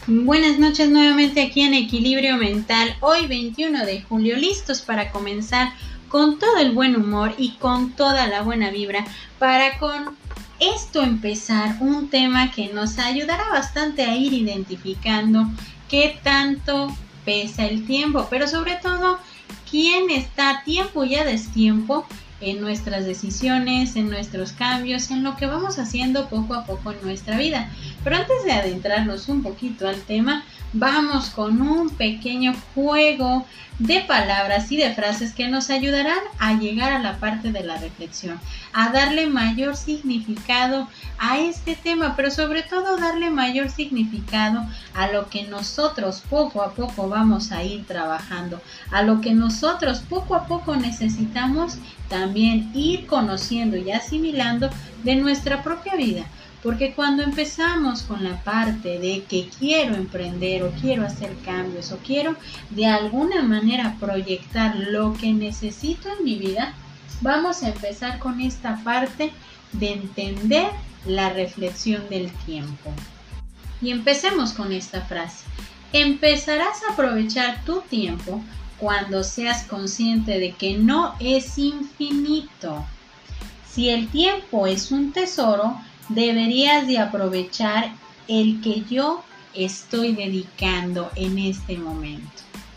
Buenas noches nuevamente aquí en Equilibrio Mental, hoy 21 de julio, listos para comenzar con todo el buen humor y con toda la buena vibra para con esto empezar un tema que nos ayudará bastante a ir identificando qué tanto pesa el tiempo, pero sobre todo quién está a tiempo y a destiempo en nuestras decisiones, en nuestros cambios, en lo que vamos haciendo poco a poco en nuestra vida. Pero antes de adentrarnos un poquito al tema, vamos con un pequeño juego de palabras y de frases que nos ayudarán a llegar a la parte de la reflexión, a darle mayor significado a este tema, pero sobre todo darle mayor significado a lo que nosotros poco a poco vamos a ir trabajando, a lo que nosotros poco a poco necesitamos también ir conociendo y asimilando de nuestra propia vida. Porque cuando empezamos con la parte de que quiero emprender o quiero hacer cambios o quiero de alguna manera proyectar lo que necesito en mi vida, vamos a empezar con esta parte de entender la reflexión del tiempo. Y empecemos con esta frase. Empezarás a aprovechar tu tiempo cuando seas consciente de que no es infinito. Si el tiempo es un tesoro, deberías de aprovechar el que yo estoy dedicando en este momento.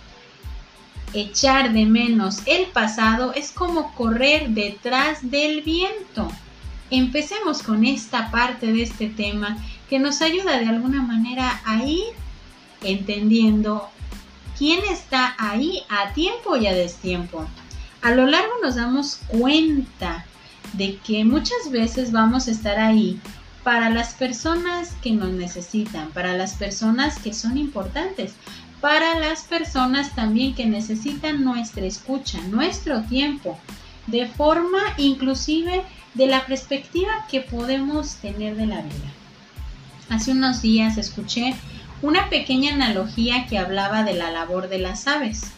Echar de menos el pasado es como correr detrás del viento. Empecemos con esta parte de este tema que nos ayuda de alguna manera a ir entendiendo quién está ahí a tiempo y a destiempo. A lo largo nos damos cuenta de que muchas veces vamos a estar ahí para las personas que nos necesitan, para las personas que son importantes, para las personas también que necesitan nuestra escucha, nuestro tiempo, de forma inclusive de la perspectiva que podemos tener de la vida. Hace unos días escuché una pequeña analogía que hablaba de la labor de las aves,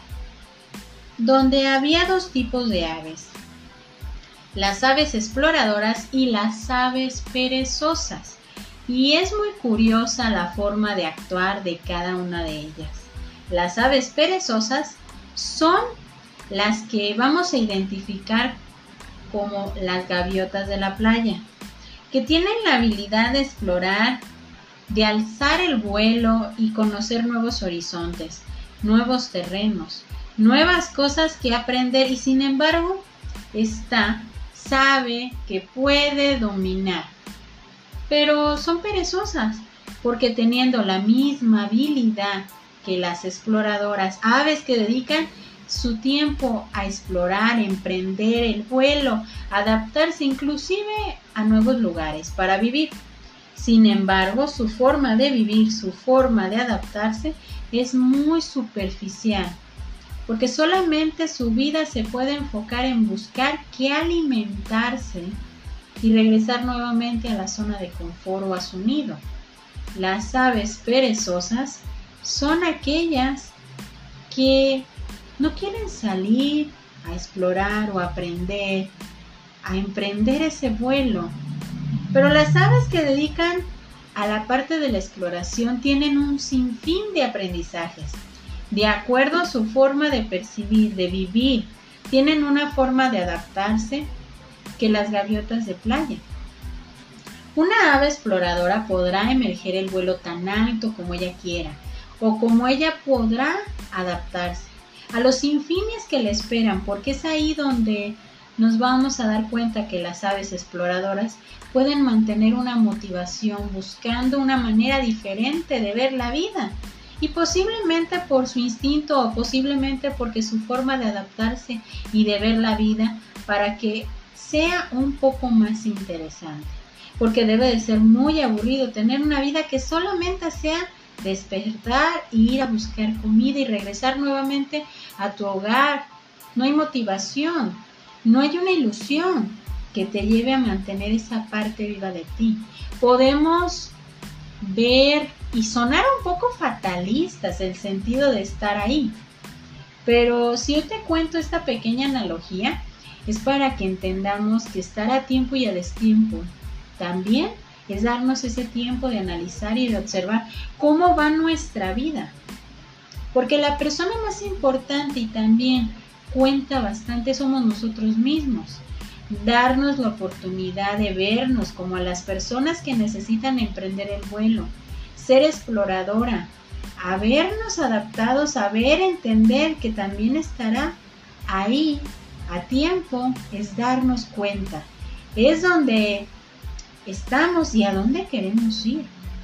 donde había dos tipos de aves. Las aves exploradoras y las aves perezosas. Y es muy curiosa la forma de actuar de cada una de ellas. Las aves perezosas son las que vamos a identificar como las gaviotas de la playa, que tienen la habilidad de explorar, de alzar el vuelo y conocer nuevos horizontes, nuevos terrenos, nuevas cosas que aprender y sin embargo sabe que puede dominar, pero son perezosas porque teniendo la misma habilidad que las exploradoras, aves que dedican su tiempo a explorar, emprender el vuelo, adaptarse inclusive a nuevos lugares para vivir. Sin embargo, su forma de vivir, su forma de adaptarse es muy superficial, porque solamente su vida se puede enfocar en buscar qué alimentarse y regresar nuevamente a la zona de confort o a su nido. Las aves perezosas son aquellas que no quieren salir a explorar o a aprender, a emprender ese vuelo. Pero las aves que dedican a la parte de la exploración tienen un sinfín de aprendizajes. De acuerdo a su forma de percibir, de vivir, tienen una forma de adaptarse que las gaviotas de playa. Una ave exploradora podrá emerger el vuelo tan alto como ella quiera, o como ella podrá adaptarse a los sinfines que le esperan, porque es ahí donde nos vamos a dar cuenta que las aves exploradoras pueden mantener una motivación buscando una manera diferente de ver la vida. Y posiblemente por su instinto o posiblemente porque su forma de adaptarse y de ver la vida para que sea un poco más interesante. Porque debe de ser muy aburrido tener una vida que solamente sea despertar y ir a buscar comida y regresar nuevamente a tu hogar. No hay motivación, no hay una ilusión que te lleve a mantener esa parte viva de ti. Podemos ver y sonar un poco fatalistas el sentido de estar ahí. Pero si yo te cuento esta pequeña analogía, es para que entendamos que estar a tiempo y a destiempo también es darnos ese tiempo de analizar y de observar cómo va nuestra vida. Porque la persona más importante y también cuenta bastante somos nosotros mismos. Darnos la oportunidad de vernos como a las personas que necesitan emprender el vuelo, ser exploradora, habernos adaptado, saber entender que también estará ahí a tiempo, es darnos cuenta. Es donde estamos y a dónde queremos ir.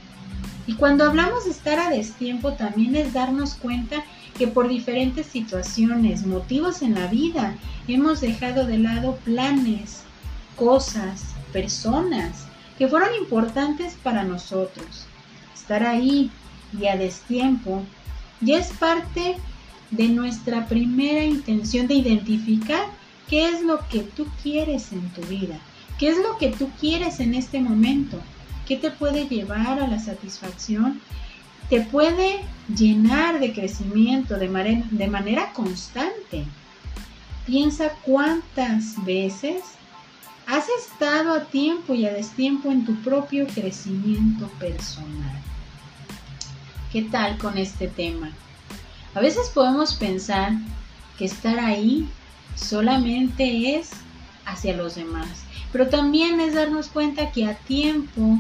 Y cuando hablamos de estar a destiempo, también es darnos cuenta que por diferentes situaciones, motivos en la vida, hemos dejado de lado planes, cosas, personas que fueron importantes para nosotros. Estar ahí y a destiempo ya es parte de nuestra primera intención de identificar qué es lo que tú quieres en tu vida, qué es lo que tú quieres en este momento, qué te puede llevar a la satisfacción, te puede llenar de crecimiento de manera constante. Piensa cuántas veces has estado a tiempo y a destiempo en tu propio crecimiento personal. ¿Qué tal con este tema? A veces podemos pensar que estar ahí solamente es hacia los demás, pero también es darnos cuenta que a tiempo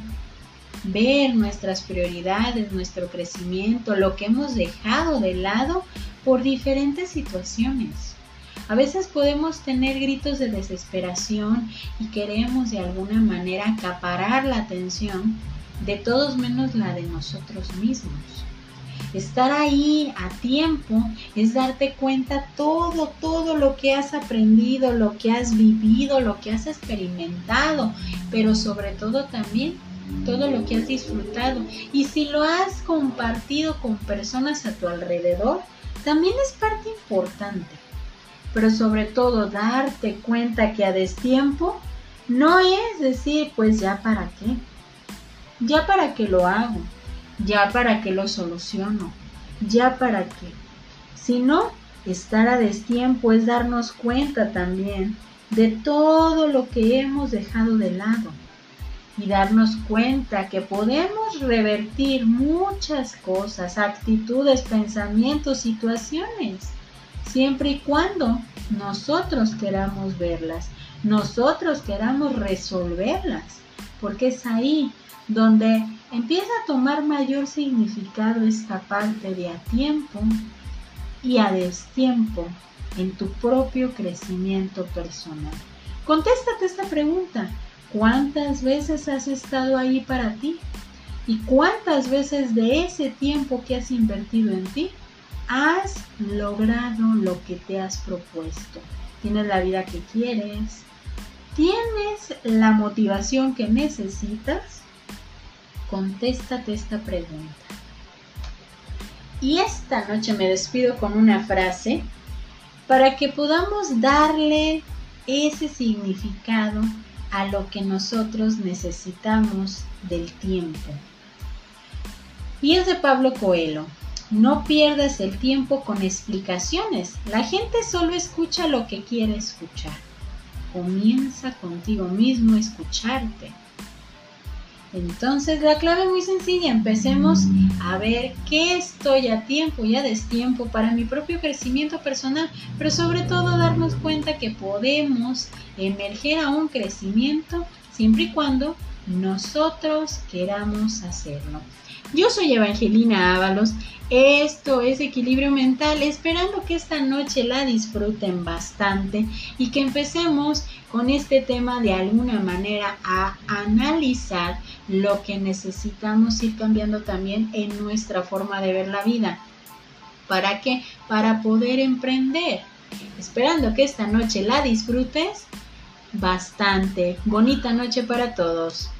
ver nuestras prioridades, nuestro crecimiento, lo que hemos dejado de lado por diferentes situaciones. A veces podemos tener gritos de desesperación y queremos de alguna manera acaparar la atención de todos menos la de nosotros mismos. Estar ahí a tiempo es darte cuenta todo lo que has aprendido, lo que has vivido, lo que has experimentado, pero sobre todo también todo lo que has disfrutado. Y si lo has compartido con personas a tu alrededor, también es parte importante. Pero sobre todo darte cuenta que a destiempo no es decir, pues ya para qué, ya para qué lo hago, ya para qué lo soluciono, ya para qué. Sino estar a destiempo es darnos cuenta también de todo lo que hemos dejado de lado y darnos cuenta que podemos revertir muchas cosas, actitudes, pensamientos, situaciones, siempre y cuando nosotros queramos verlas, nosotros queramos resolverlas, porque es ahí donde empieza a tomar mayor significado esta parte de a tiempo y a destiempo en tu propio crecimiento personal. Contéstate esta pregunta: ¿cuántas veces has estado ahí para ti? ¿Y cuántas veces de ese tiempo que has invertido en ti has logrado lo que te has propuesto? ¿Tienes la vida que quieres? ¿Tienes la motivación que necesitas? Contéstate esta pregunta. Y esta noche me despido con una frase para que podamos darle ese significado a lo que nosotros necesitamos del tiempo. Y es de Pablo Coelho. No pierdas el tiempo con explicaciones. La gente solo escucha lo que quiere escuchar. Comienza contigo mismo a escucharte. Entonces la clave es muy sencilla. Empecemos a ver qué estoy a tiempo y a destiempo para mi propio crecimiento personal, pero sobre todo darnos cuenta que podemos emerger a un crecimiento siempre y cuando nosotros queramos hacerlo. Yo soy Evangelina Ábalos, esto es Equilibrio Mental, esperando que esta noche la disfruten bastante y que empecemos con este tema de alguna manera a analizar lo que necesitamos ir cambiando también en nuestra forma de ver la vida. ¿Para qué? Para poder emprender. Esperando que esta noche la disfrutes bastante. Bonita noche para todos.